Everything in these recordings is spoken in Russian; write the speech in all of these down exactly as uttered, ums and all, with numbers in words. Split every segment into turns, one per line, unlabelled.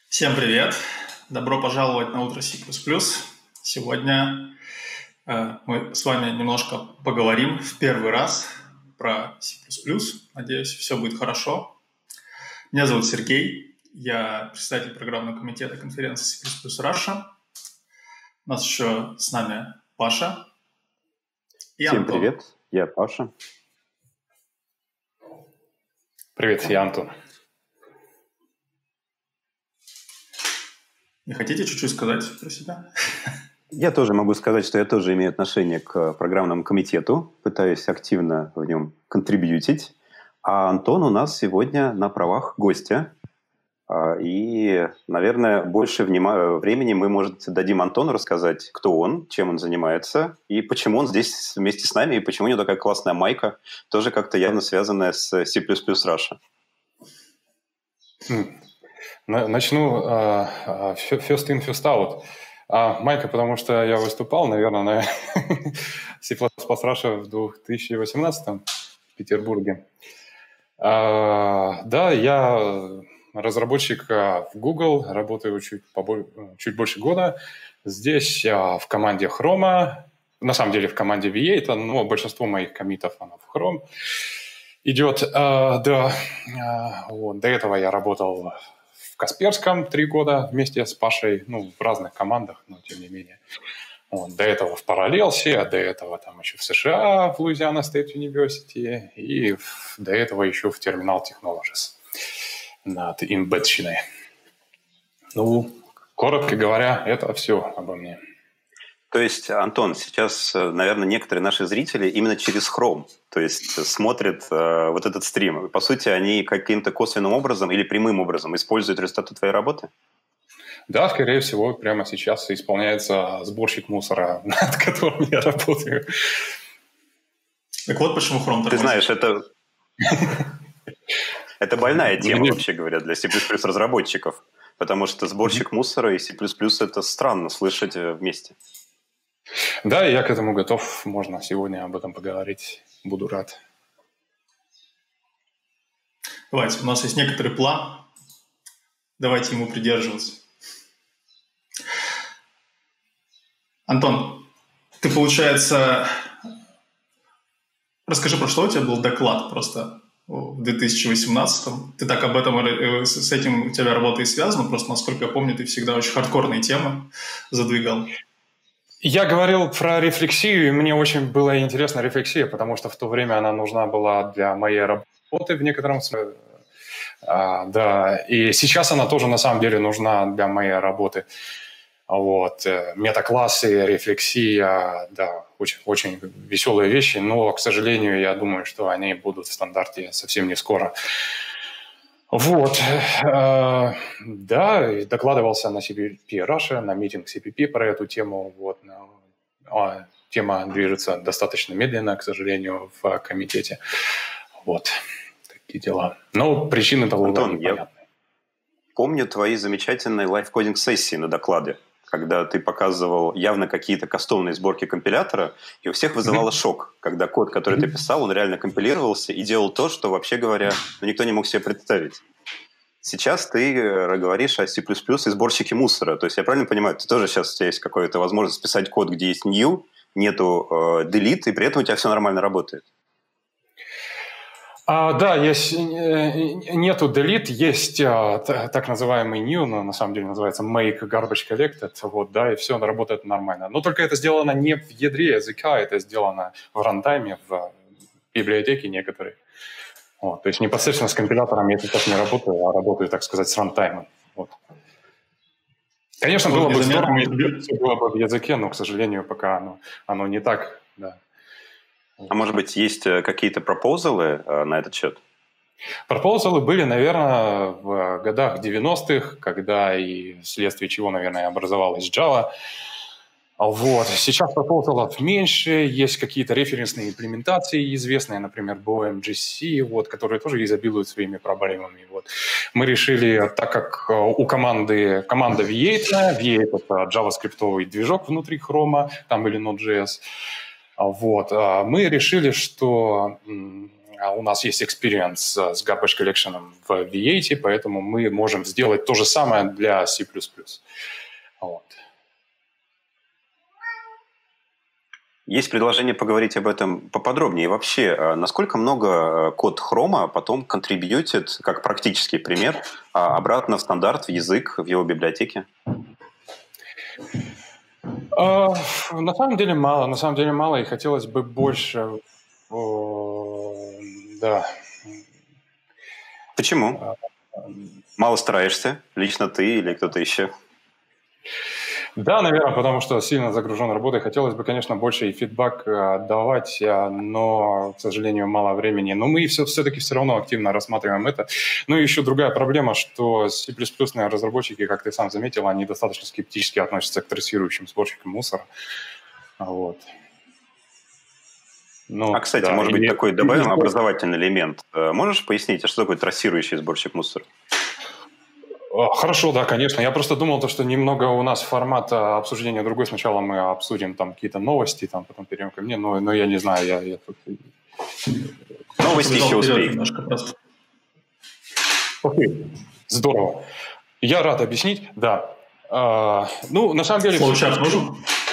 Всем привет! Добро пожаловать на Утро C++. Сегодня э, мы с вами немножко поговорим в первый раз про C++. Надеюсь, все будет хорошо. Меня зовут Сергей, я председатель программного комитета конференции C++ Russia. У нас еще с нами Паша и
Всем
Антон.
привет, я Паша.
Привет, я Антон.
Не хотите чуть-чуть сказать про себя?
Я тоже могу сказать, что я тоже имею отношение к программному комитету, пытаюсь активно в нем контрибьютить. А Антон у нас сегодня на правах гостя. И, наверное, больше внима- времени мы, может, дадим Антону рассказать, кто он, чем он занимается, и почему он здесь вместе с нами, и почему у него такая классная майка, тоже как-то явно связанная с C++ Russia.
Начну uh, first in, first out. А, майка, потому что я выступал, наверное, на C++ Russia в две тысячи восемнадцатом в Петербурге. А, да, я разработчик в Google, работаю чуть, побо... чуть больше года. Здесь в команде Chrome, на самом деле в команде ви восемь, но большинство моих коммитов оно в Chrome идет. А, да, а, вот, до этого я работал в Касперском три года вместе с Пашей, ну, в разных командах, но тем не менее. Вот, до этого в Параллелсе, до этого там еще в США, в Луизиана Стейт University, и в, до этого еще в Terminal Technologies над имбедщиной. Ну, коротко говоря, это все обо мне.
То есть, Антон, сейчас, наверное, некоторые наши зрители именно через Chrome, то есть смотрят э, вот этот стрим. По сути, они каким-то косвенным образом или прямым образом используют результаты твоей работы?
Да, скорее всего, прямо сейчас исполняется сборщик мусора, над которым я работаю.
Так вот почему Chrome тормозит.
Ты знаешь, это... Это больная тема, вообще говоря, для C++ разработчиков, потому что сборщик мусора и C++ это странно слышать вместе.
Да, я к этому готов. Можно сегодня об этом поговорить. Буду рад.
Давайте, у нас есть некоторый план. Давайте ему придерживаться. Антон, ты, получается... Расскажи, про что у тебя был доклад просто в две тысячи восемнадцатом. Ты так об этом, с этим у тебя работа и связана, просто, насколько я помню, ты всегда очень хардкорные темы задвигал.
Я говорил про рефлексию, и мне очень была интересна рефлексия, потому что в то время она нужна была для моей работы в некотором смысле. А, да, и сейчас она тоже на самом деле нужна для моей работы. Вот. Метаклассы, рефлексия, да, очень, очень веселые вещи, но, к сожалению, я думаю, что они будут в стандарте совсем не скоро. Вот, да, докладывался на си пи пи Russia, на митинг си пи пи про эту тему. Вот, тема движется достаточно медленно, к сожалению, в комитете. Вот, такие дела. Но причины того непонятны.
Я помню твои замечательные лайфкодинг-сессии на докладе, когда ты показывал явно какие-то кастомные сборки компилятора, и у всех вызывало mm-hmm. шок, когда код, который mm-hmm. ты писал, он реально компилировался и делал то, что, вообще говоря, ну, никто не мог себе представить. Сейчас ты говоришь о C++ и сборщике мусора. То есть я правильно понимаю, ты тоже сейчас у тебя есть какая-то возможность писать код, где есть new, нету э, delete, и при этом у тебя все нормально работает?
А, да, есть, нету delete, есть а, так называемый new, но на самом деле называется make garbage collected, вот, да, и все работает нормально. Но только это сделано не в ядре языка, это сделано в рантайме, в библиотеке некоторые. Вот, то есть непосредственно с компилятором я сейчас не работаю, а работаю, так сказать, с рантаймом. Вот. Конечно, было бы здорово, если все было бы в языке, но, к сожалению, пока оно, оно не так, да.
А может быть, есть какие-то пропозалы э, на этот счет?
Пропозалы были, наверное, в годах девяностых, когда и вследствие чего, наверное, образовалась Java. Вот. Сейчас пропозалов меньше, есть какие-то референсные имплементации известные, например, би о эм джи си, вот, которые тоже изобилуют своими проблемами. Вот. Мы решили, так как у команды, команда ви восемь, ви восемь – это JavaScript движок внутри Chrome, там или Node.js, вот, мы решили, что у нас есть experience с garbage collection в ви восемь, поэтому мы можем сделать то же самое для C++. Вот.
Есть предложение поговорить об этом поподробнее. Вообще, насколько много код Chrome потом контрибьютит, как практический пример, обратно в стандарт, в язык, в его библиотеке?
Uh, на самом деле мало, на самом деле мало, и хотелось бы больше. Uh, да.
Почему? Uh, мало стараешься? Лично ты или кто-то еще?
Да, наверное, потому что сильно загружен работой. Хотелось бы, конечно, больше и фидбэк отдавать, но, к сожалению, мало времени. Но мы все, все-таки все равно активно рассматриваем это. Ну и еще другая проблема, что C++ разработчики, как ты сам заметил, они достаточно скептически относятся к трассирующим сборщикам мусора. Вот. Ну,
а, кстати,
да,
может
и...
быть, такой добавим образовательный элемент. Можешь пояснить, что такое трассирующий сборщик мусора?
Хорошо, да, конечно. Я просто думал, что немного у нас формат обсуждения другой. Сначала мы обсудим там какие-то новости, там потом перейдем ко мне, но, но я не знаю, я... я...
Новости еще успеем.
Окей, здорово. Я рад объяснить, да. А, ну, на самом деле...
Флоучарт нужен?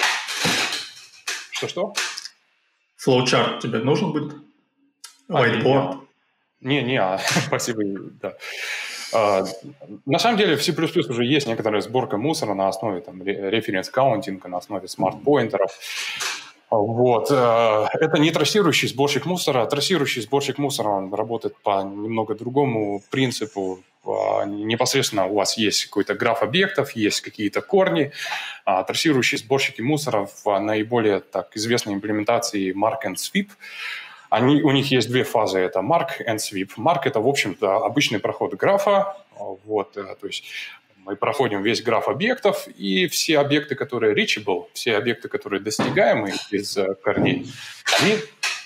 Что-что?
Флоучарт тебе нужен будет? Whiteboard?
Не-не, спасибо, да. Uh, на самом деле в C++ уже есть некоторая сборка мусора на основе там, референс-каунтинга, на основе смарт-поинтеров. Вот. Uh, это не трассирующий сборщик мусора. Трассирующий сборщик мусора он работает по немного другому принципу. Uh, непосредственно у вас есть какой-то граф объектов, есть какие-то корни. Uh, трассирующие сборщики мусора в наиболее так, известной имплементации Mark and Sweep. Они, у них есть две фазы, это mark and sweep. Mark – это, в общем-то, обычный проход графа. Вот, то есть мы проходим весь граф объектов, и все объекты, которые reachable, все объекты, которые достигаемы из корней, они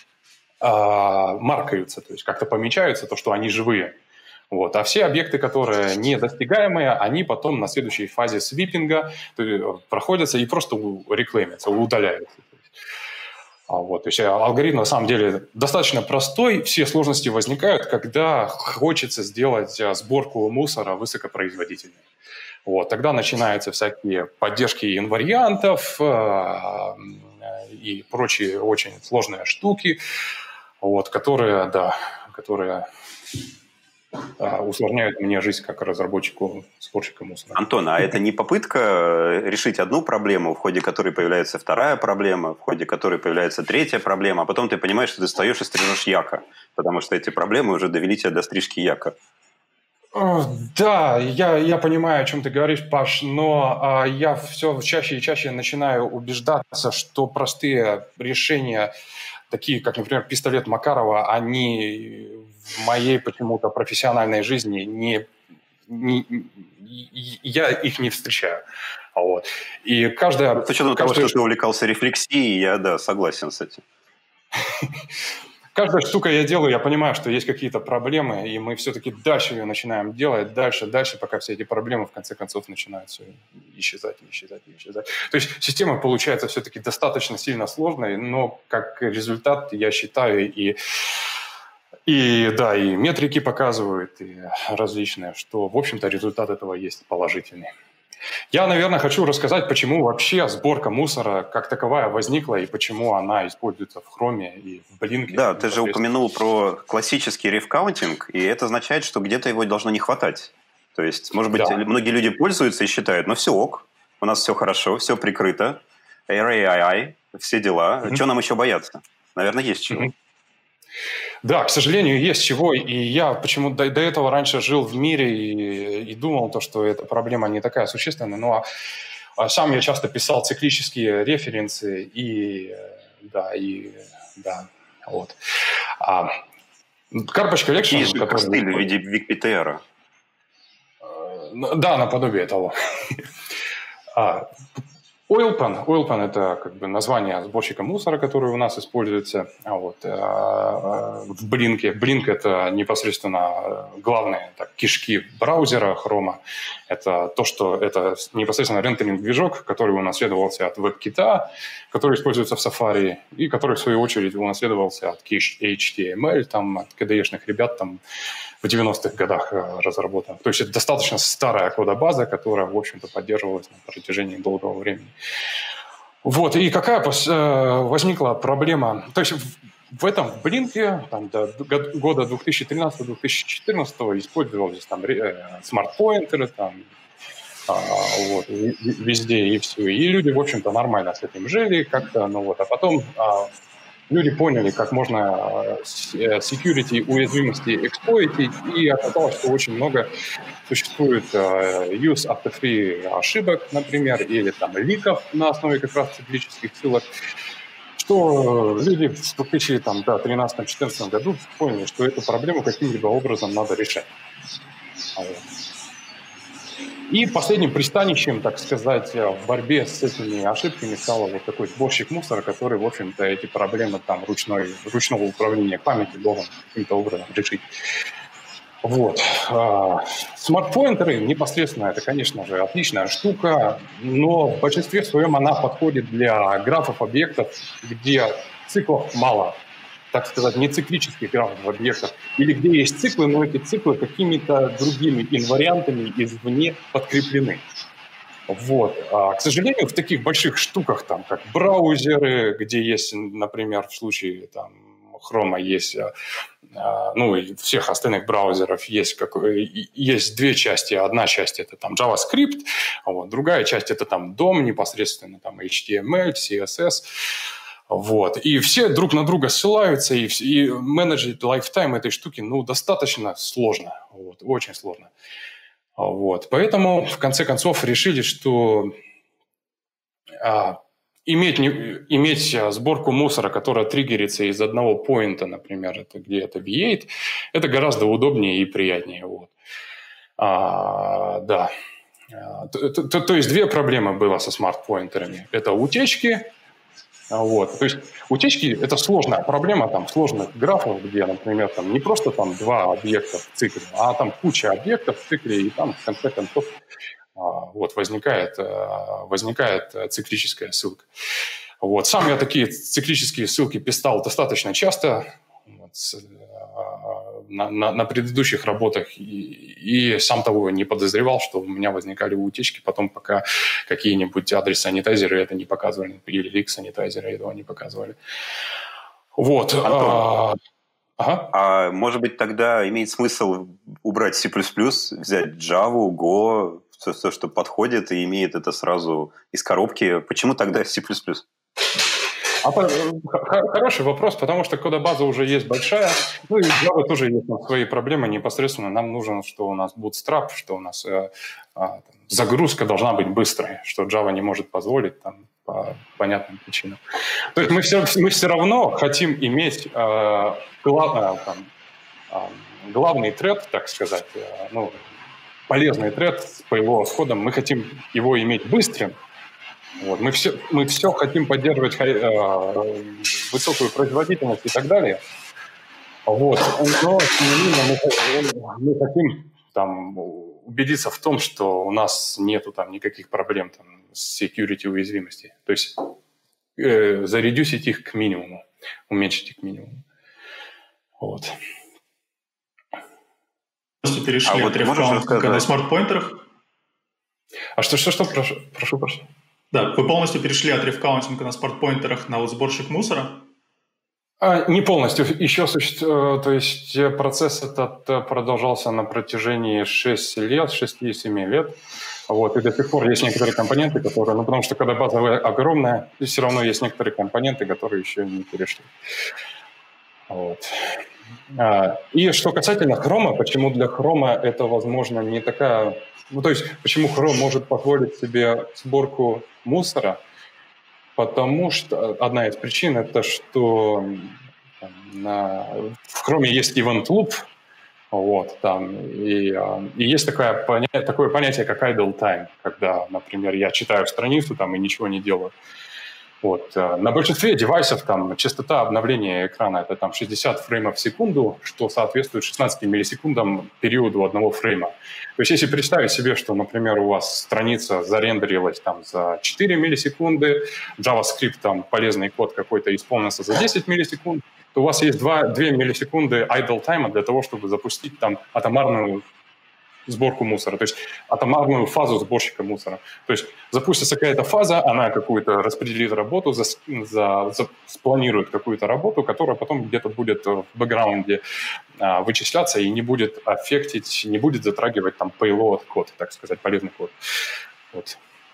а, маркаются, то есть как-то помечаются, то, что они живые. Вот. А все объекты, которые недостигаемые, они потом на следующей фазе свиппинга проходятся и просто реклеймятся, удаляются. Вот, то есть алгоритм на самом деле достаточно простой. Все сложности возникают, когда хочется сделать сборку мусора высокопроизводительной. Вот, тогда начинаются всякие поддержки инвариантов э, и прочие очень сложные штуки, вот, которые, да, которые э, усложняют мне жизнь как разработчику сборщика мусора.
Антон, а это не попытка решить одну проблему, в ходе которой появляется вторая проблема, в ходе которой появляется третья проблема, а потом ты понимаешь, что ты встаешь и стрижешь яка, потому что эти проблемы уже довели тебя до стрижки яка?
Да, я, я понимаю, о чем ты говоришь, Паш, но а, я все чаще и чаще начинаю убеждаться, что простые решения, такие как, например, пистолет Макарова, они в моей почему-то профессиональной жизни не, не, я их не встречаю. Вот. И каждая...
С учетом каждая... того, что ты увлекался рефлексией, я, да, согласен с этим.
Каждая штука я делаю, я понимаю, что есть какие-то проблемы, и мы все-таки дальше ее начинаем делать, дальше, дальше, пока все эти проблемы в конце концов начинают все исчезать, исчезать, исчезать. То есть система получается все-таки достаточно сильно сложной, но как результат, я считаю, и, и да, и метрики показывают, и различные, что, в общем-то, результат этого есть положительный. Я, наверное, хочу рассказать, почему вообще сборка мусора как таковая возникла и почему она используется в Chrome и в Blink.
Да, ты же упомянул про классический рефкаунтинг, и это означает, что где-то его должно не хватать. То есть, может быть, да. многие люди пользуются и считают, ну все ок, у нас все хорошо, все прикрыто, эй ар эй ай, все дела, mm-hmm. чего нам еще бояться? Наверное, есть чего. Mm-hmm.
Да, к сожалению, есть чего, и я почему до, до этого раньше жил в мире и, и думал, то, что эта проблема не такая существенная, но а сам я часто писал циклические референсы, и да, и да, вот. А, Garbage Collection...
Есть же костыль в виде Википитера.
Да, наподобие того. OilPan. OilPan – это как бы название сборщика мусора, который у нас используется а вот, э, в Блинке. Блинк – это непосредственно главные так, кишки браузера Chrome. Это то, что это непосредственно рендеринг-движок, который унаследовался от WebKit, который используется в Safari, и который, в свою очередь, унаследовался от эйч ти эм эль, там, от кей ди и-шных ребят там, в девяностых годах разработан. То есть это достаточно старая кодобаза, которая, в общем-то, поддерживалась на протяжении долгого времени. Вот, и какая возникла проблема? То есть в этом Блинке там, до года две тысячи тринадцатого - две тысячи четырнадцатого использовались там смарт-поинтеры, там, вот, везде и все. И люди, в общем-то, нормально с этим жили как-то, ну вот, а потом... Люди поняли, как можно security уязвимости эксплойтить, и оказалось, что очень много существует use after free ошибок, например, или там ликов на основе как раз циклических ссылок, что люди в две тысячи тринадцатом-четырнадцатом году поняли, что эту проблему каким-либо образом надо решать. И последним пристанищем, так сказать, в борьбе с этими ошибками стал вот такой сборщик мусора, который, в общем-то, эти проблемы там ручной, ручного управления памяти должен каким-то образом решить. Вот. Смарт-поинтеры непосредственно, это, конечно же, отличная штука, но в большинстве своем она подходит для графов объектов, где циклов мало. Так сказать, не циклических графов объектов, или где есть циклы, но эти циклы какими-то другими инвариантами извне подкреплены. Вот. А, к сожалению, в таких больших штуках, там, как браузеры, где есть, например, в случае там, Chrome есть, а, ну и всех остальных браузеров есть, как, есть две части. Одна часть – это там JavaScript, а вот, другая часть – это там дом непосредственно, там эйч ти эм эль, си эс эс. Вот. И все друг на друга ссылаются, и, и менеджить лайфтайм этой штуки ну, достаточно сложно, вот, очень сложно. Вот. Поэтому, в конце концов, решили, что а, иметь, не, иметь сборку мусора, которая триггерится из одного поинта, например, это, где это ви восемь, это гораздо удобнее и приятнее. Вот. А, да. То, то, то есть две проблемы было со смарт-поинтерами. Это утечки. Вот. То есть утечки – это сложная проблема там, сложных графов, где, например, там, не просто там, два объекта в цикле, а там куча объектов в цикле, и там в конце концов вот, возникает, возникает циклическая ссылка. Вот. Сам я такие циклические ссылки писал достаточно часто вот, на, на, на предыдущих работах и, и сам того не подозревал, что у меня возникали утечки, потом пока какие-нибудь адрес-санитайзеры это не показывали, или лик-санитайзеры этого не показывали. Вот.
Антон, а, ага. а может быть тогда имеет смысл убрать C++, взять Java, Go, все, все, что подходит и имеет это сразу из коробки. Почему тогда C++?
А, хороший вопрос, потому что кодобаза уже есть большая, ну и Java тоже есть свои проблемы непосредственно. Нам нужен, что у нас bootstrap, что у нас э, э, загрузка должна быть быстрой, что Java не может позволить там, по понятным причинам. То есть мы все, мы все равно хотим иметь э, глав, э, там, э, главный тред, так сказать, э, ну, полезный тред по его сходам, мы хотим его иметь быстрым. Вот. Мы, все, мы все хотим поддерживать э, высокую производительность и так далее. Вот. Но мы, мы хотим там, убедиться в том, что у нас нету там, никаких проблем там, с security уязвимости. То есть э, заредюсить их к минимуму, уменьшить их к минимуму. Вот.
Перешли а вот от на смарт-поинтерах.
А что, что, что? Прошу, прошу, прошу.
Да, вы полностью перешли от рефкаунтинга на смарт-поинтерах на вот сборщик мусора?
А, не полностью. Еще существует, то есть процесс этот продолжался на протяжении шести лет, шести-семи лет. Вот, и до сих пор есть некоторые компоненты, которые, ну, потому что когда база огромная, и все равно есть некоторые компоненты, которые еще не перешли. Вот. И что касательно Chrome, почему для Chrome это, возможно, не такая... Ну, то есть, почему Chrome может позволить себе сборку мусора? Потому что одна из причин – это что там, на... в Chrome есть event loop, Вот, там, и, а, и есть такое, поня- такое понятие, как idle time, когда, например, я читаю страницу там и ничего не делаю. Вот. а, На большинстве девайсов там частота обновления экрана – это там шестьдесят фреймов в секунду, что соответствует шестнадцати миллисекундам периоду одного фрейма. То есть если представить себе, что, например, у вас страница зарендерилась там за четыре миллисекунды, JavaScript, там полезный код какой-то исполнился за десять миллисекунд, то у вас есть два, две миллисекунды idle time для того, чтобы запустить там атомарную сборку мусора, то есть атомарную фазу сборщика мусора. То есть запустится какая-то фаза, она какую-то распределит работу, за, за, за, спланирует какую-то работу, которая потом где-то будет в бэкграунде а, вычисляться и не будет аффектить, не будет затрагивать там payload код, так сказать, полезный код. Вот.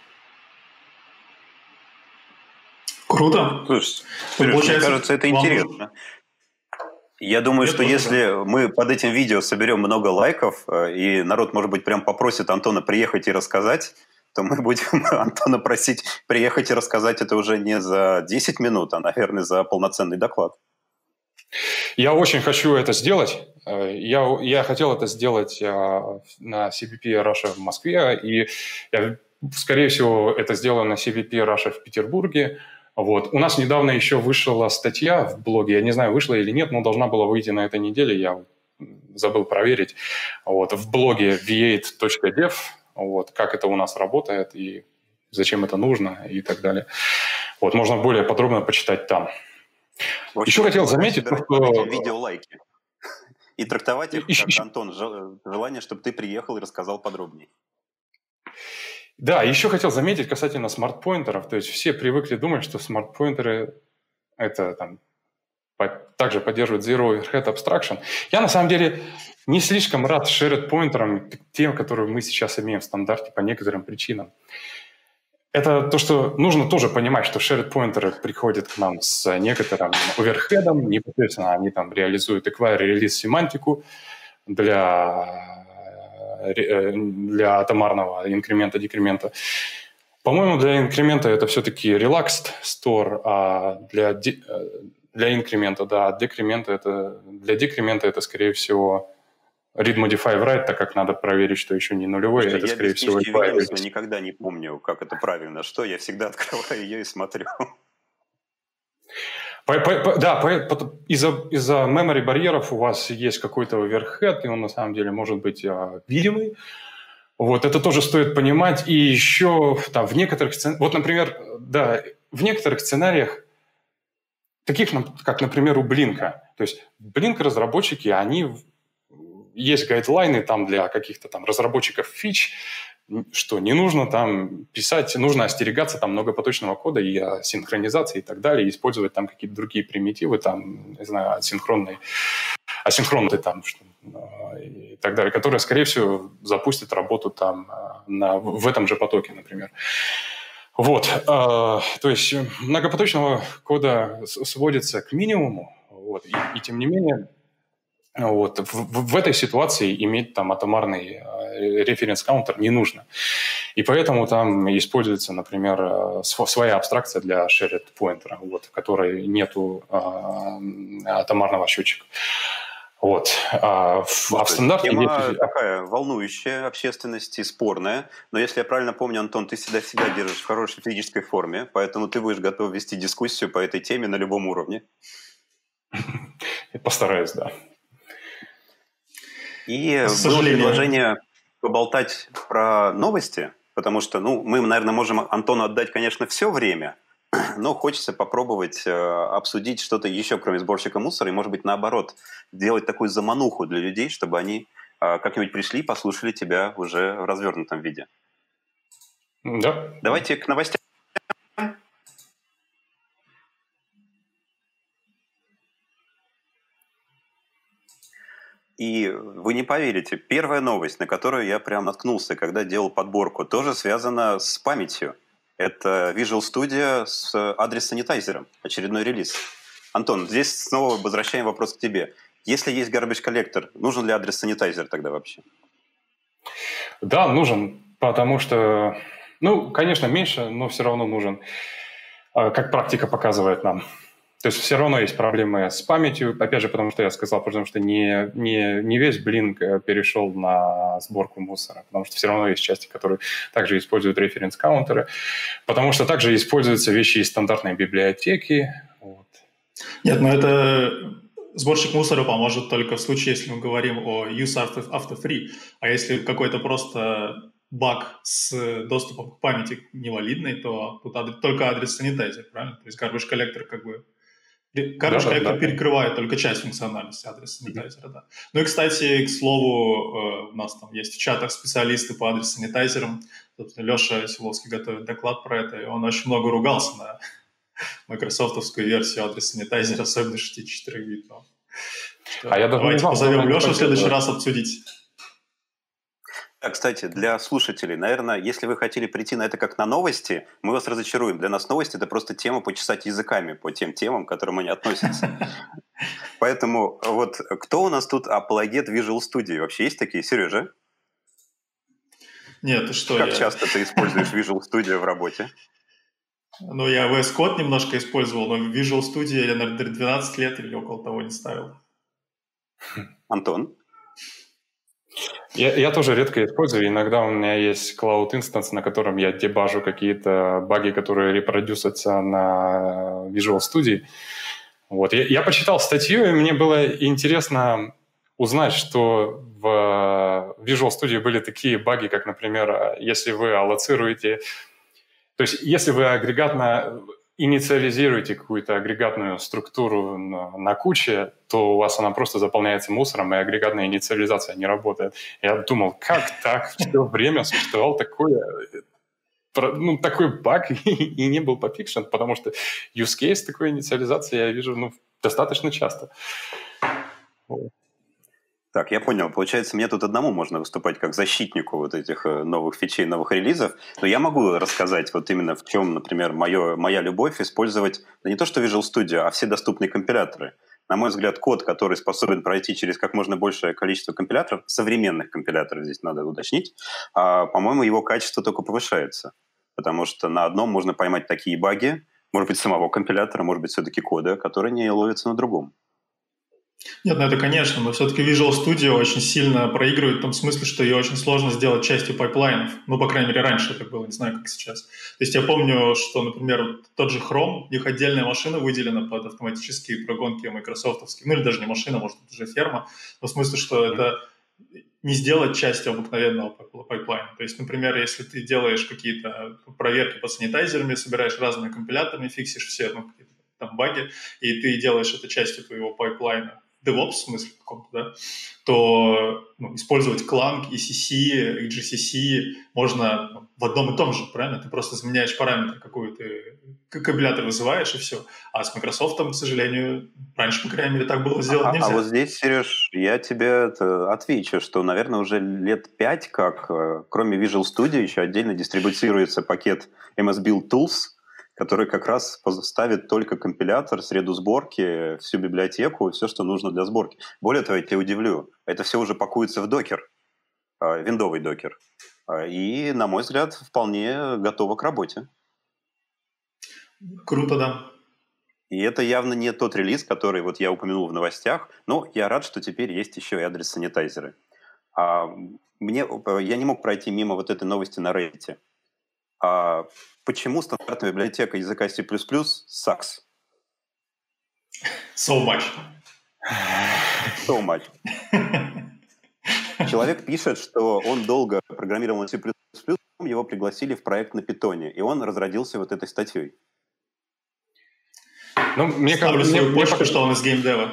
Круто.
Слушай, Сереж, мне кажется, это
вам...
интересно. Я думаю, я что если да. мы под этим видео соберем много лайков, и народ, может быть, прям попросит Антона приехать и рассказать, то мы будем Антона просить приехать и рассказать это уже не за десять минут, а, наверное, за полноценный доклад.
Я очень хочу это сделать. Я, я хотел это сделать на си ви пи Russia в Москве, и я, скорее всего, это сделаю на си ви пи Russia в Петербурге. Вот. У нас недавно еще вышла статья в блоге, я не знаю, вышла или нет, но должна была выйти на этой неделе, я забыл проверить, вот, в блоге ви эйт точка дев, вот, как это у нас работает и зачем это нужно и так далее. Вот, можно более подробно почитать там.
Общем,
еще хотел заметить, что...
видеолайки и трактовать их, еще, как, еще... Антон, желание, чтобы ты приехал и рассказал подробнее.
Да, еще хотел заметить касательно смарт-поинтеров. То есть все привыкли думать, что смарт-поинтеры это там по, также поддерживают Zero Overhead Abstraction. Я на самом деле не слишком рад shared-поинтерам, тем, которые мы сейчас имеем в стандарте по некоторым причинам. Это то, что нужно тоже понимать, что shared-поинтеры приходят к нам с некоторым оверхедом, непосредственно они там реализуют acquire-release-семантику для... для атомарного инкремента-декремента. По-моему, для инкремента это все-таки relaxed store, а для, де, для инкремента, да, декремента это, для декремента это, скорее всего, read modify write, так как надо проверить, что еще не нулевой,
Слушай,
это,
я
скорее
без
всего,
я никогда не помню, как это правильно, что я всегда открываю ее и смотрю.
По, по, по, да, по, по, из-за, из-за memory барьеров у вас есть какой-то оверхед, и он на самом деле может быть а, видимый. Вот, это тоже стоит понимать. И еще там, в некоторых сценариях, вот, например, да, в некоторых сценариях, таких, как, например, у Блинка, то есть Блинк разработчики, они, есть гайдлайны там для каких-то там разработчиков фич, что не нужно там писать, нужно остерегаться там многопоточного кода и синхронизации и так далее, и использовать там какие-то другие примитивы, там, не знаю, асинхронные, асинхронные там и так далее, которые, скорее всего, запустят работу там на, в этом же потоке, например. Вот, э, то есть многопоточного кода сводится к минимуму, вот, и, и тем не менее, вот, в, в, в этой ситуации иметь там атомарный референс-каунтер не нужно. И поэтому там используется, например, своя абстракция для shared pointer, вот, в которой нету э, атомарного счетчика. Вот. А в,
ну,
а в стандарте
тема
есть...
такая волнующая, общественности спорная, но если я правильно помню, Антон, ты всегда себя держишь в хорошей физической форме, поэтому ты будешь готов вести дискуссию по этой теме на любом уровне.
Постараюсь, да.
И было предложение поболтать про новости, потому что, ну, мы, наверное, можем Антону отдать, конечно, все время, но хочется попробовать э, обсудить что-то еще, кроме сборщика мусора, и, может быть, наоборот, сделать такую замануху для людей, чтобы они э, как-нибудь пришли и послушали тебя уже в развернутом виде.
Да.
Давайте к новостям. И вы не поверите, первая новость, на которую я прям наткнулся, когда делал подборку, тоже связана с памятью. Это Visual Studio с Address Sanitizer, очередной релиз. Антон, здесь снова возвращаем вопрос к тебе. Если есть Garbage Collector, нужен ли Address Sanitizer тогда вообще?
Да, нужен, потому что, ну, конечно, меньше, но все равно нужен, как практика показывает нам. То То есть все равно есть проблемы с памятью, опять же, потому что я сказал, потому что не, не, не весь Blink перешел на сборку мусора, потому что все равно есть части, которые также используют референс-каунтеры, потому что также используются вещи из стандартной библиотеки. Вот.
Нет, но это сборщик мусора поможет только в случае, если мы говорим о use after, after free, а если какой-то просто баг с доступом к памяти невалидный, то тут адрес, только адрес санитайзер, правильно? То есть garbage collector как бы Garbage
Да, да,
collector
да.
перекрывает только часть функциональности адреса санитайзера, да. Ну и, кстати, к слову, у нас там есть в чатах специалисты по адрес-санитайзерам. Леша Силовский готовит доклад про это, и он очень много ругался на майкрософтовскую версию адрес-санитайзера, особенно шестьдесят четыре битного.
А я даже не
Давайте
знал,
позовем
что
Лешу в следующий
да.
раз обсудить.
Да, кстати, для слушателей, наверное, если вы хотели прийти на это как на новости, мы вас разочаруем. Для нас новости – это просто тема почесать языками по тем темам, к которым они относятся. Поэтому вот кто у нас тут апологет Visual Studio? Вообще есть такие? Сережа?
Нет, ты что?
Как
я...
часто ты используешь Visual Studio в работе?
Ну, я ви эс Code немножко использовал, но Visual Studio я, наверное, двенадцать лет или около того не ставил.
Антон?
Я, я тоже редко использую. Иногда у меня есть Cloud Instance, на котором я дебажу какие-то баги, которые репродюсятся на Visual Studio. Вот. Я, я почитал статью, и мне было интересно узнать, что в Visual Studio были такие баги, как, например, если вы аллоцируете... То есть если вы агрегатно инициализируете какую-то агрегатную структуру на, на куче, то у вас она просто заполняется мусором, и агрегатная инициализация не работает. Я думал, как так? Все время существовал такой, ну, такой баг, и, и не был пофикшен, потому что use case такой инициализации я вижу ну, достаточно часто.
Так, я понял. Получается, мне тут одному можно выступать как защитнику вот этих новых фичей, новых релизов. Но я могу рассказать вот именно в чем, например, моё, моя любовь использовать да не то что Visual Studio, а все доступные компиляторы. На мой взгляд, код, который способен пройти через как можно большее количество компиляторов, современных компиляторов, здесь надо уточнить, а, по-моему, его качество только повышается. Потому что на одном можно поймать такие баги, может быть, самого компилятора, может быть, все-таки кода, которые не ловятся на другом.
Нет, ну это конечно, но все-таки Visual Studio очень сильно проигрывает в том смысле, что ее очень сложно сделать частью пайплайнов. Ну, по крайней мере, раньше это было, не знаю, как сейчас. То есть я помню, что, например, тот же Chrome, у них отдельная машина выделена под автоматические прогонки майкрософтовские. Ну, или даже не машина, может, это уже ферма. Но в смысле, что mm-hmm. это не сделать частью обыкновенного пайплайна. То есть, например, если ты делаешь какие-то проверки по санитайзерами, собираешь разные компиляторы, фиксишь все ну, какие-то там баги, и ты делаешь это частью твоего пайплайна, DevOps в смысле каком-то, да, то ну, использовать Clang, и си си, и джи си си можно ну, в одном и том же, правильно? Ты просто заменяешь параметр, какой ты компилятор вызываешь, и все. А с Microsoft, к сожалению, раньше, по крайней мере, так было сделать
а,
нельзя.
А вот здесь, Сереж, я тебе это отвечу, что, наверное, уже лет пять, как кроме Visual Studio еще отдельно дистрибуцируется пакет эм эс Build Tools, который как раз ставит только компилятор, среду сборки, всю библиотеку, все, что нужно для сборки. Более того, я тебя удивлю, это все уже пакуется в докер, виндовый докер. И, на мой взгляд, вполне готово к работе.
Круто, да.
И это явно не тот релиз, который вот я упомянул в новостях, но я рад, что теперь есть еще и адрес-санитайзеры. А мне, я не мог пройти мимо вот этой новости на Reddit. А почему стандартная библиотека языка C++ sucks?
So much.
So much. Человек пишет, что он долго программировал на C++, его пригласили в проект на питоне, и он разродился вот этой статьей.
Ну, мне Ставлю как, свою мне, почку, мне... что он из геймдева.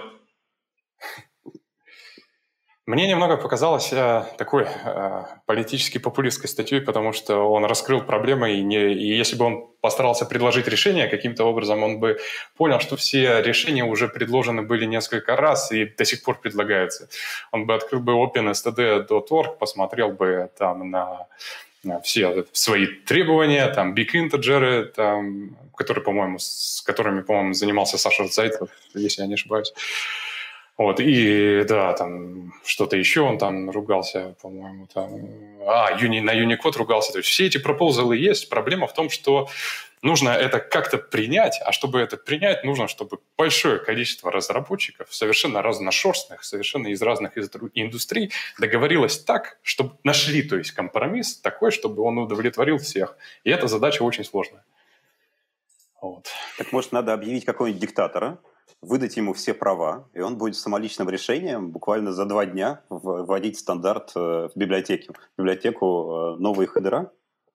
Мне немного показалось э, такой э, политически популистской статьей, потому что он раскрыл проблемы, и, не, и если бы он постарался предложить решение каким-то образом, он бы понял, что все решения уже предложены были несколько раз и до сих пор предлагаются. Он бы открыл бы open эс ти ди точка орг, посмотрел бы там на, на все свои требования, там big integer, там, которые, по-моему, с которыми, по-моему, занимался Саша Зайцев, если я не ошибаюсь. Вот, и, да, там, что-то еще, он там ругался, по-моему, там, а, Uni, на Unicode ругался. То есть все эти пропозалы есть. Проблема в том, что нужно это как-то принять, а чтобы это принять, нужно, чтобы большое количество разработчиков, совершенно разношерстных, совершенно из разных индустрий, договорилось так, чтобы нашли, то есть, компромисс такой, чтобы он удовлетворил всех. И эта задача очень сложная. Вот.
Так может, надо объявить какого-нибудь диктатора, выдать ему все права, и он будет самоличным решением буквально за два дня вводить стандарт в библиотеке, в библиотеку новые хедера?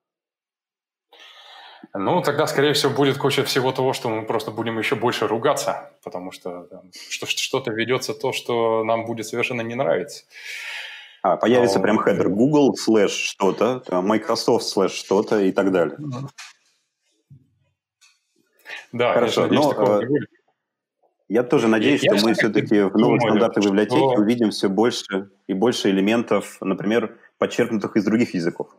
Ну, тогда, скорее всего, будет куча всего того, что мы просто будем еще больше ругаться, потому что там, что-то ведется то, что нам будет совершенно не нравиться.
А, появится Но... прям хедер Google слэш что-то, Microsoft слэш что-то и так далее.
Да,
хорошо.
Конечно,
но,
такого
э,
не будет.
Я тоже надеюсь, я, что
я
мы все-таки в новых
думаю,
стандартах
что...
библиотеки увидим все больше и больше элементов, например, подчеркнутых из других языков.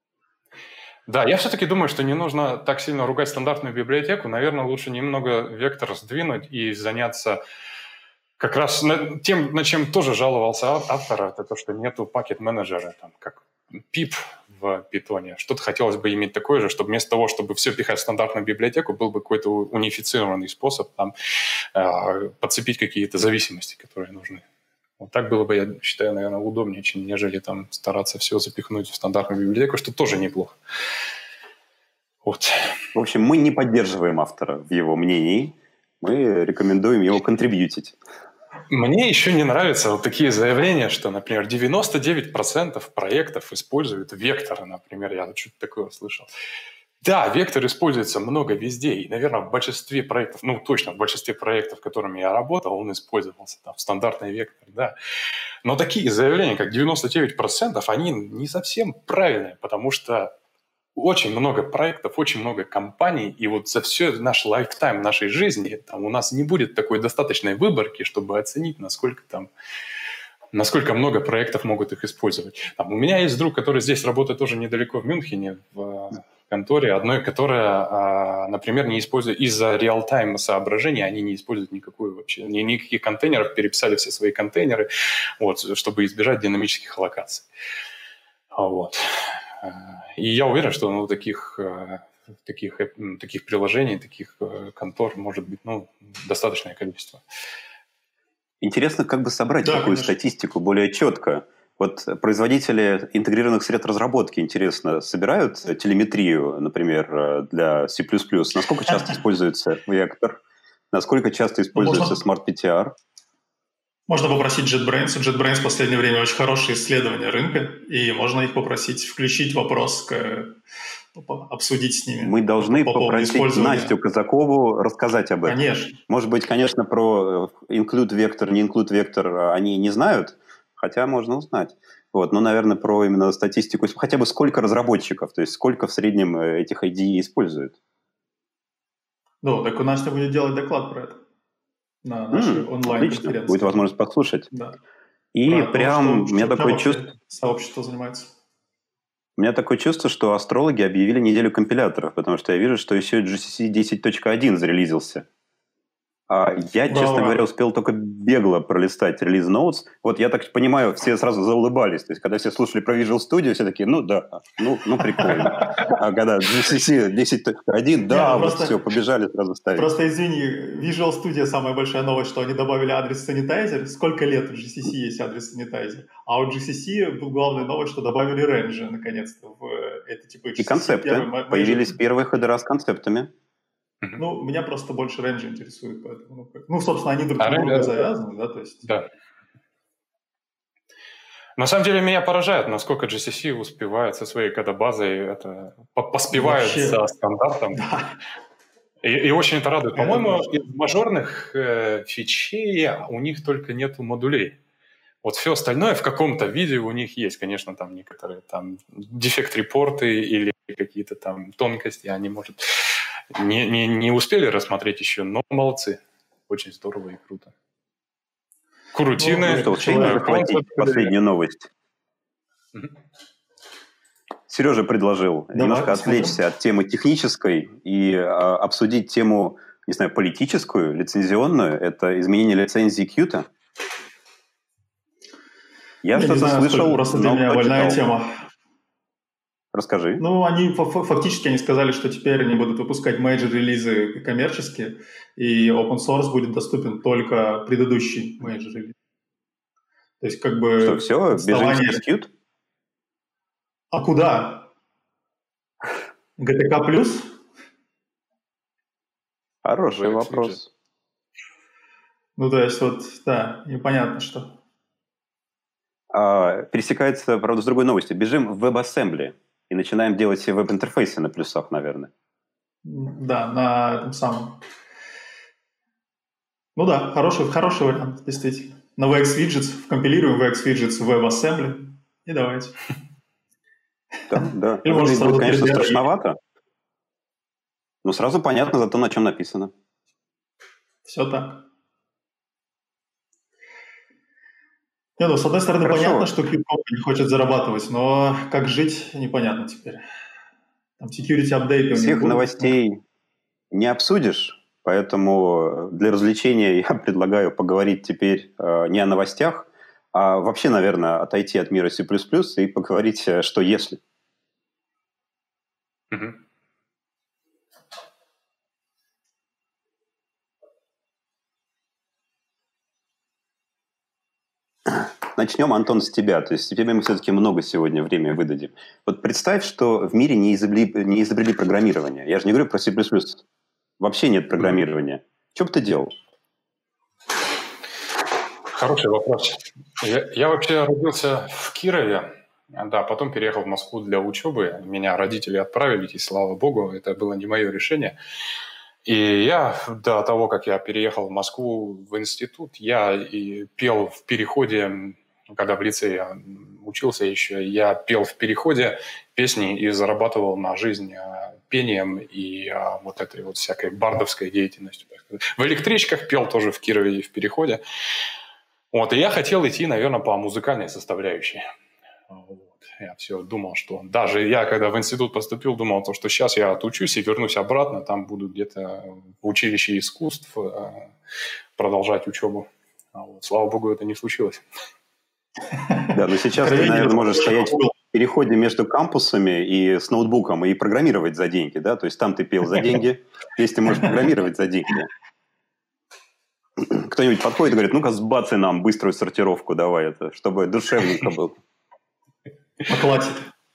Да, я все-таки думаю, что не нужно так сильно ругать стандартную библиотеку. Наверное, лучше немного вектор сдвинуть и заняться как раз тем, над чем тоже жаловался автор, это то, что нету пакет-менеджера, там, как пип в питоне. Что-то хотелось бы иметь такое же, чтобы вместо того, чтобы все пихать в стандартную библиотеку, был бы какой-то унифицированный способ там, э, подцепить какие-то зависимости, которые нужны. Вот так было бы, я считаю, наверное, удобнее, чем нежели там стараться все запихнуть в стандартную библиотеку, что тоже неплохо. Вот.
В общем, мы не поддерживаем автора в его мнении, мы рекомендуем его контрибьютить.
Мне еще не нравятся вот такие заявления, что, например, девяносто девять процентов проектов используют векторы, например, я что-то такое слышал. Да, вектор используется много везде, и, наверное, в большинстве проектов, ну, точно, в большинстве проектов, которыми я работал, он использовался, там, стандартный вектор, да. Но такие заявления, как девяносто девять процентов, они не совсем правильные, потому что очень много проектов, очень много компаний, и вот за все наш лайфтайм нашей жизни там, у нас не будет такой достаточной выборки, чтобы оценить, насколько там, насколько много проектов могут их использовать. Там, у меня есть друг, который здесь работает тоже недалеко в Мюнхене, в конторе одной, которая, например, не использует из-за реал-тайм соображений, они не используют никакую вообще, никаких контейнеров, переписали все свои контейнеры, вот, чтобы избежать динамических локаций. Вот. И я уверен, что ну, таких, таких, таких приложений, таких контор может быть ну, достаточное количество.
Интересно, как бы собрать
да,
такую
конечно.
статистику более четко. Вот производители интегрированных средств разработки, интересно, собирают телеметрию, например, для C++? Насколько часто используется вектор? Насколько часто используется Smart пи ти ар?
Можно попросить JetBrains. У JetBrains в последнее время очень хорошие исследования рынка, и можно их попросить включить вопрос, к, обсудить с ними.
Мы должны
по
попросить Настю Казакову рассказать об этом.
Конечно.
Может быть, конечно, про include вектор, не include вектор они не знают, хотя можно узнать. Вот, но, наверное, про именно статистику, хотя бы сколько разработчиков, то есть сколько в среднем этих ай ди и используют.
Ну, так у Настя будет делать доклад про это. На нашей mm, онлайн-конференции.
Будет возможность послушать.
Да.
И
про
прям
то, что,
у меня
что
такое чувство...
Сообщество занимается.
У меня такое чувство, что астрологи объявили неделю компиляторов, потому что я вижу, что еще джи си си десять точка один зарелизился. А я,
да,
честно
да.
говоря, успел только бегло пролистать релиз notes. Вот я так понимаю, все сразу заулыбались. То есть, когда все слушали про Visual Studio, все такие, ну да, ну, ну прикольно. А когда джи си си десять точка один, да,
Не,
вот просто, все, побежали сразу ставить.
Просто извини, Visual Studio самая большая новость, что они добавили адрес Sanitizer. Сколько лет у джи си си есть адрес Sanitizer? А у джи си си был главная новость, что добавили range наконец-то в это типа джи си си.
И концепты. Первый, появились мы... первые хедера с концептами.
Ну, меня просто больше рейнджи интересует, поэтому, ну, собственно, они друг на а друга завязаны, да, то есть...
Да. На самом деле, меня поражает, насколько джи си си успевает со своей кодобазой, это поспевает Вообще. За стандартом. Да. И, и очень это радует. По-моему, из мажорных э, фичей у них только нету модулей. Вот все остальное в каком-то виде у них есть, конечно, там некоторые там дефект-репорты или какие-то там тонкости, они, может... Не, не, не успели рассмотреть еще, но молодцы. Очень здорово и круто. Курутины.
Ну, что, успели захватить последнюю новость? Mm-hmm. Сережа предложил Давай немножко посмотрим. Отвлечься от темы технической и а, обсудить тему, не знаю, политическую, лицензионную. Это изменение лицензии Qt. Я,
Я не
что-то
знаю, насколько
слышал,
просто для
но
меня больная
прочитал.
тема.
Расскажи.
Ну, они фа- фактически они сказали, что теперь они будут выпускать мейджор-релизы коммерческие, и open source будет доступен только предыдущий мейджор-релиз. То есть, как
Что,
бы,
все, бежим
отставание...
через Qt?
А куда? джи ти кей плюс?
Хороший
V X Widget.
вопрос.
Ну, то есть, вот, да, непонятно что.
А, пересекается, правда, с другой новостью. Бежим в WebAssembly и начинаем делать все веб-интерфейсы на плюсах, наверное.
Да, на этом самом. Ну да, хороший, хороший вариант, действительно. На ви экс Widgets, компилируем ви экс Widgets в WebAssembly и давайте.
Да, да.
Или может
Выглядит будет,
сразу
конечно,
три дэ.
страшновато, но сразу понятно зато, на чем написано.
Все так. Не, ну, с одной стороны,
Хорошо.
понятно, что Qt не хочет зарабатывать, но как жить, непонятно теперь. Там security апдейты у них
Всех
будут.
новостей не обсудишь, поэтому для развлечения я предлагаю поговорить теперь э, не о новостях, а вообще, наверное, отойти от мира C++ и поговорить, э, что если.
Мгм.
Начнем, Антон, с тебя. То есть тебе мы все-таки много сегодня времени выдадим. Вот представь, что в мире не изобрели, не изобрели программирование. Я же не говорю про C++. Вообще нет программирования. Что бы ты делал?
Хороший вопрос. Я, я вообще родился в Кирове, да, потом переехал в Москву для учебы. Меня родители отправили, и слава богу, это было не мое решение. И я до того, как я переехал в Москву в институт, я и пел в переходе, когда в лицее учился еще, я пел в переходе песни и зарабатывал на жизнь а, пением и а, вот этой вот всякой бардовской деятельностью. В электричках пел тоже в Кирове и в переходе. Вот, и я хотел идти, наверное, по музыкальной составляющей. Вот. Я все думал, что даже я, когда в институт поступил, думал, то, что сейчас я отучусь и вернусь обратно, там буду где-то в училище искусств э, продолжать учебу. А вот, слава богу, это не случилось.
Да, но сейчас ты, наверное, можешь стоять в переходе между кампусами и с ноутбуком и программировать за деньги, да? То есть там ты пел за деньги, здесь ты можешь программировать за деньги. Кто-нибудь подходит и говорит, ну-ка сбацай нам быструю сортировку, давай это, чтобы душевненько было.
Поклатит.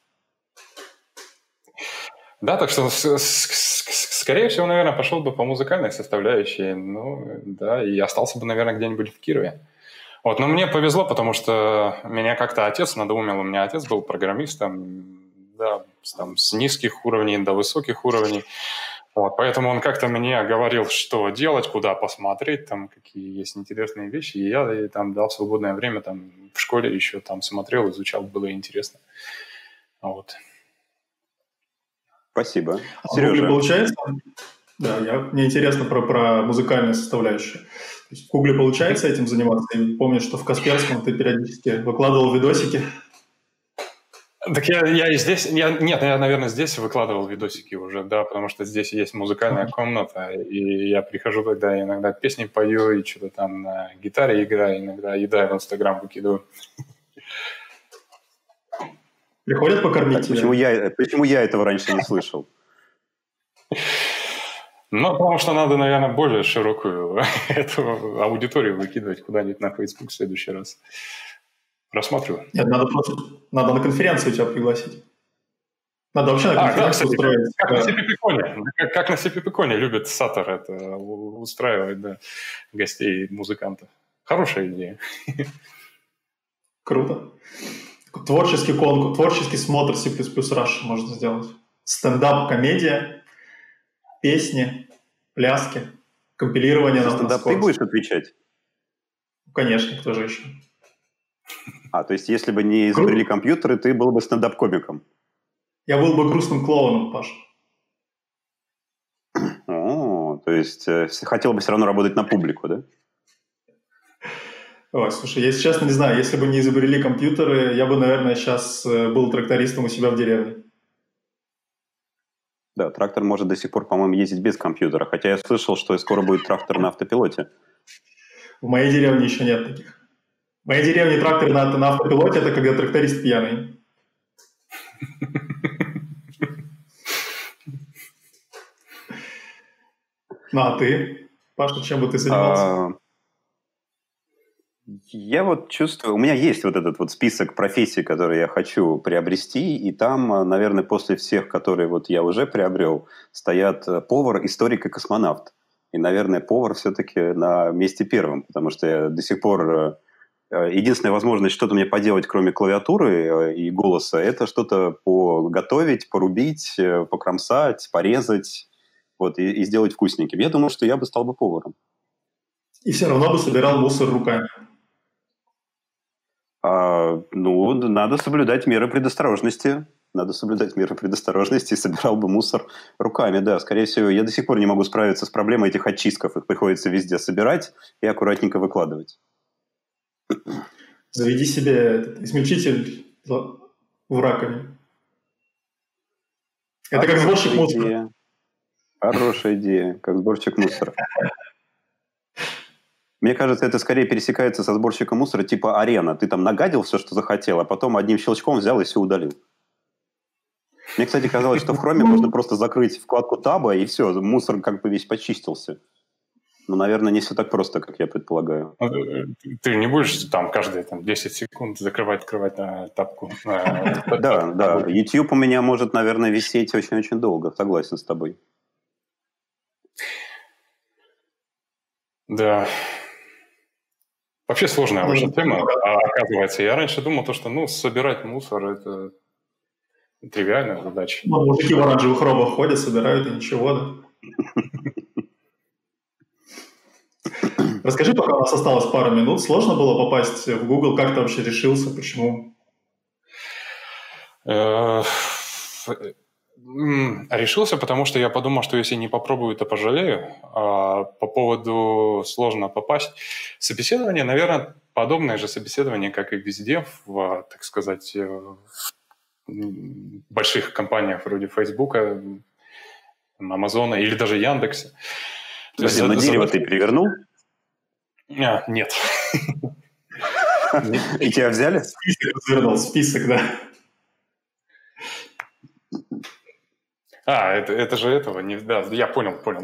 Да, так что, с- с- с- скорее всего, наверное, пошел бы по музыкальной составляющей, ну, да, и остался бы, наверное, где-нибудь в Кирове. Вот, но мне повезло, потому что меня как-то отец надоумил, у меня отец был программистом, да, с, там, с низких уровней до высоких уровней. Вот, поэтому он как-то мне говорил, что делать, куда посмотреть, там, какие есть интересные вещи. И я и, там дал свободное время, там, в школе еще там смотрел, изучал, было интересно. Вот.
Спасибо.
А в Гугле
Сережа,
получается? Да, я, мне интересно про, про музыкальную составляющую. То есть в Гугле получается этим заниматься? Я помню, что в Касперском ты периодически выкладывал видосики.
Так я, я и здесь, я, нет, я, наверное, здесь выкладывал видосики уже, да, потому что здесь есть музыкальная комната, и я прихожу тогда, иногда песни пою, и что-то там на гитаре играю, иногда еда в Инстаграм выкидываю.
Приходят покормить
так,
тебя?
почему, я, почему я этого раньше не слышал?
Ну, потому что надо, наверное, более широкую эту аудиторию выкидывать куда-нибудь на Facebook в следующий раз. Рассматриваю.
Нет, надо просто надо на конференцию тебя пригласить. Надо вообще на
А, да,
конференцию
кстати,
устроить.
как на
Да.
Сипипиконе. Как, как на Сипипиконе любит Саттер это у- устраивать, да, гостей музыкантов. Хорошая идея.
Круто. Творческий конкурс, творческий смотр C++ Rush можно сделать. Стендап-комедия, песни, пляски, компилирование
За
на
стендап ты
Скорс.
будешь отвечать?
Конечно, кто же еще?
А, то есть если бы не изобрели компьютеры, ты был бы стендап-комиком?
Я был бы грустным клоуном, Паш.
О, то есть э, хотел бы все равно работать на публику, да?
Ой, слушай, если честно, не знаю, если бы не изобрели компьютеры, я бы, наверное, сейчас был трактористом у себя в деревне.
Да, трактор может до сих пор, по-моему, ездить без компьютера, хотя я слышал, что скоро будет трактор на автопилоте.
В моей деревне еще нет таких. В моей деревне трактор на, на автопилоте – это когда тракторист пьяный. Ну, а ты, Паша, чем бы ты занимался?
Я вот чувствую, у меня есть вот этот вот список профессий, которые я хочу приобрести, и там, наверное, после всех, которые вот я уже приобрел, стоят повар, историк и космонавт. И, наверное, повар все-таки на месте первым, потому что я до сих пор... Единственная возможность что-то мне поделать, кроме клавиатуры и голоса, это что-то поготовить, порубить, покромсать, порезать, вот, и, и сделать вкусненьким. Я думаю, что я бы стал бы поваром.
И все равно бы собирал мусор руками.
А, ну, надо соблюдать меры предосторожности. Надо соблюдать меры предосторожности и собирал бы мусор руками, да. Скорее всего, я до сих пор не могу справиться с проблемой этих очистков. Их приходится везде собирать и аккуратненько выкладывать.
Заведи себе этот измельчитель в раковине. Это как сборщик мусора.
Хорошая идея, как сборщик мусора. Мне кажется, это скорее пересекается со сборщиком мусора типа арена. Ты там нагадил все, что захотел, а потом одним щелчком взял и все удалил. Мне, кстати, казалось, что в Chrome можно просто закрыть вкладку таба, и все, мусор как бы весь почистился. Но, наверное, не все так просто, как я предполагаю.
Ты не будешь там каждые там, десять секунд закрывать, открывать на тапку?
Да, да. YouTube у меня может, наверное, висеть очень-очень долго. Согласен с тобой.
Да. Вообще сложная очень тема, а, оказывается. Я раньше думал, то, что ну, собирать мусор – это тривиальная задача.
Ну, мужики в оранжевых робах ходят, собирают, и ничего, да? Расскажи, пока у нас осталось пару минут, сложно было попасть в Google? Как ты вообще решился? Почему?
Решился, потому что я подумал, что если не попробую, то пожалею. А по поводу сложно попасть. Собеседование, наверное, подобное же собеседование, как и везде, в, так сказать, в больших компаниях вроде Фейсбука, Амазона или даже Яндекса.
Подожди, на дерево ты перевернул?
А, нет.
И тебя взяли?
Список развернул, список, да.
А, это, это же этого, не, да, я понял, понял,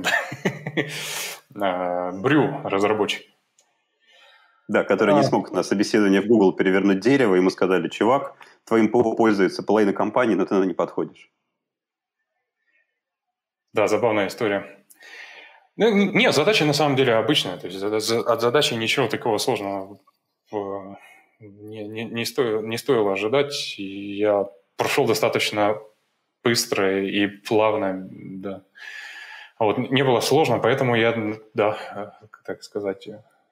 да. Брю, разработчик.
Да, который а. не смог на собеседование в Google перевернуть дерево, ему сказали: чувак, твоим ПО пользуется половина компании, но ты на не подходишь.
Да, забавная история. Ну, нет, задача на самом деле обычная, то есть от задачи ничего такого сложного не, не, не, стоило, не стоило ожидать, и я прошел достаточно быстро и плавно, да. Вот, не было сложно, поэтому я, да, так сказать,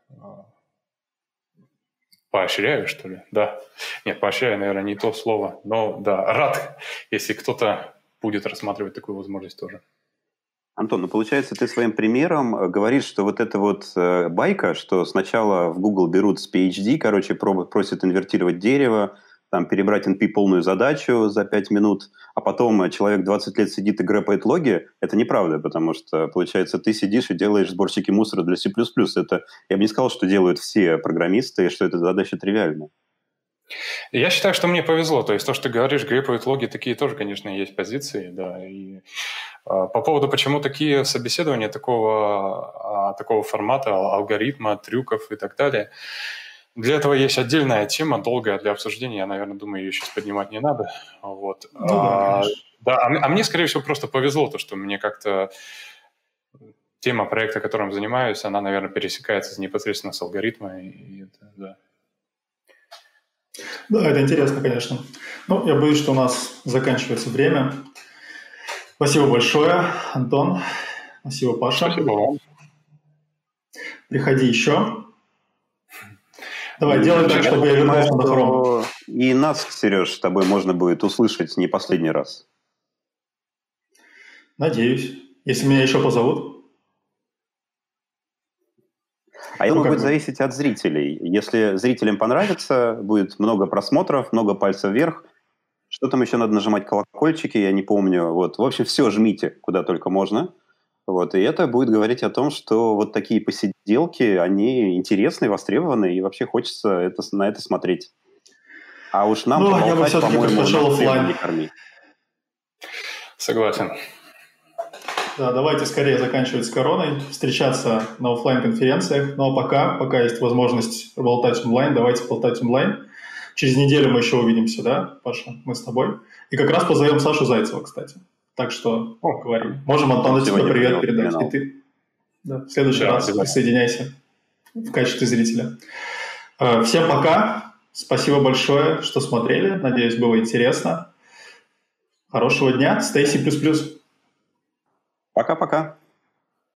поощряю, что ли, да. Нет, поощряю, наверное, не то слово, но, да, рад, если кто-то будет рассматривать такую возможность тоже.
Антон, ну получается, ты своим примером говоришь, что вот эта вот э, байка, что сначала в Google берут с пи эйч ди, короче, проб, просят инвертировать дерево, там, перебрать эн пи полную задачу за пять минут, а потом человек двадцать лет сидит и грэпает логи, это неправда, потому что, получается, ты сидишь и делаешь сборщики мусора для C++. Это, я бы не сказал, что делают все программисты, и что эта задача тривиальна.
Я считаю, что мне повезло. То есть то, что ты говоришь, грэпают логи, такие тоже, конечно, есть позиции, да. И а, по поводу, почему такие собеседования такого, а, такого формата, алгоритма, трюков и так далее, для этого есть отдельная тема, долгая для обсуждения. Я, наверное, думаю, ее сейчас поднимать не надо. Вот.
Ну, да,
а, да, а, а мне, скорее всего, просто повезло, то, что мне как-то тема проекта, которым занимаюсь, она, наверное, пересекается непосредственно с алгоритмами. И это, да.
Да, это интересно, конечно. Ну, я боюсь, что у нас заканчивается время. Спасибо большое, Антон. Спасибо, Паша.
Спасибо вам.
Приходи еще. Давай, ну, делай так, чтобы я вернулся на Chrome.
И нас, Сереж, с тобой можно будет услышать не последний раз.
Надеюсь. Если меня еще позовут.
А это ну, будет зависеть от зрителей. Если зрителям понравится, будет много просмотров, много пальцев вверх. Что там еще надо нажимать? Колокольчики, я не помню. Вот. В общем, все жмите, куда только можно. Вот. И это будет говорить о том, что вот такие посиделки сделки, они интересные, востребованные, и вообще хочется это, на это смотреть. А уж нам
ну,
поболтать,
я бы все-таки
по-моему,
предпочел
нас
офлайн.
не корми.
Согласен.
Да, давайте скорее заканчивать с короной, встречаться на офлайн-конференциях. Ну а пока, пока есть возможность болтать онлайн, давайте болтать онлайн. Через неделю мы еще увидимся, да, Паша? Мы с тобой. И как раз позовем Сашу Зайцева, кстати. Так что
О,
поговорим. Можем Антону тебе
Сегодня
привет
про него
передать.
упоминал.
И ты да, в следующий
Да,
раз
обязательно.
присоединяйся в качестве зрителя. Э, Всем пока. Спасибо большое, что смотрели. Надеюсь, было интересно. Хорошего дня. Stay C++.
Пока-пока.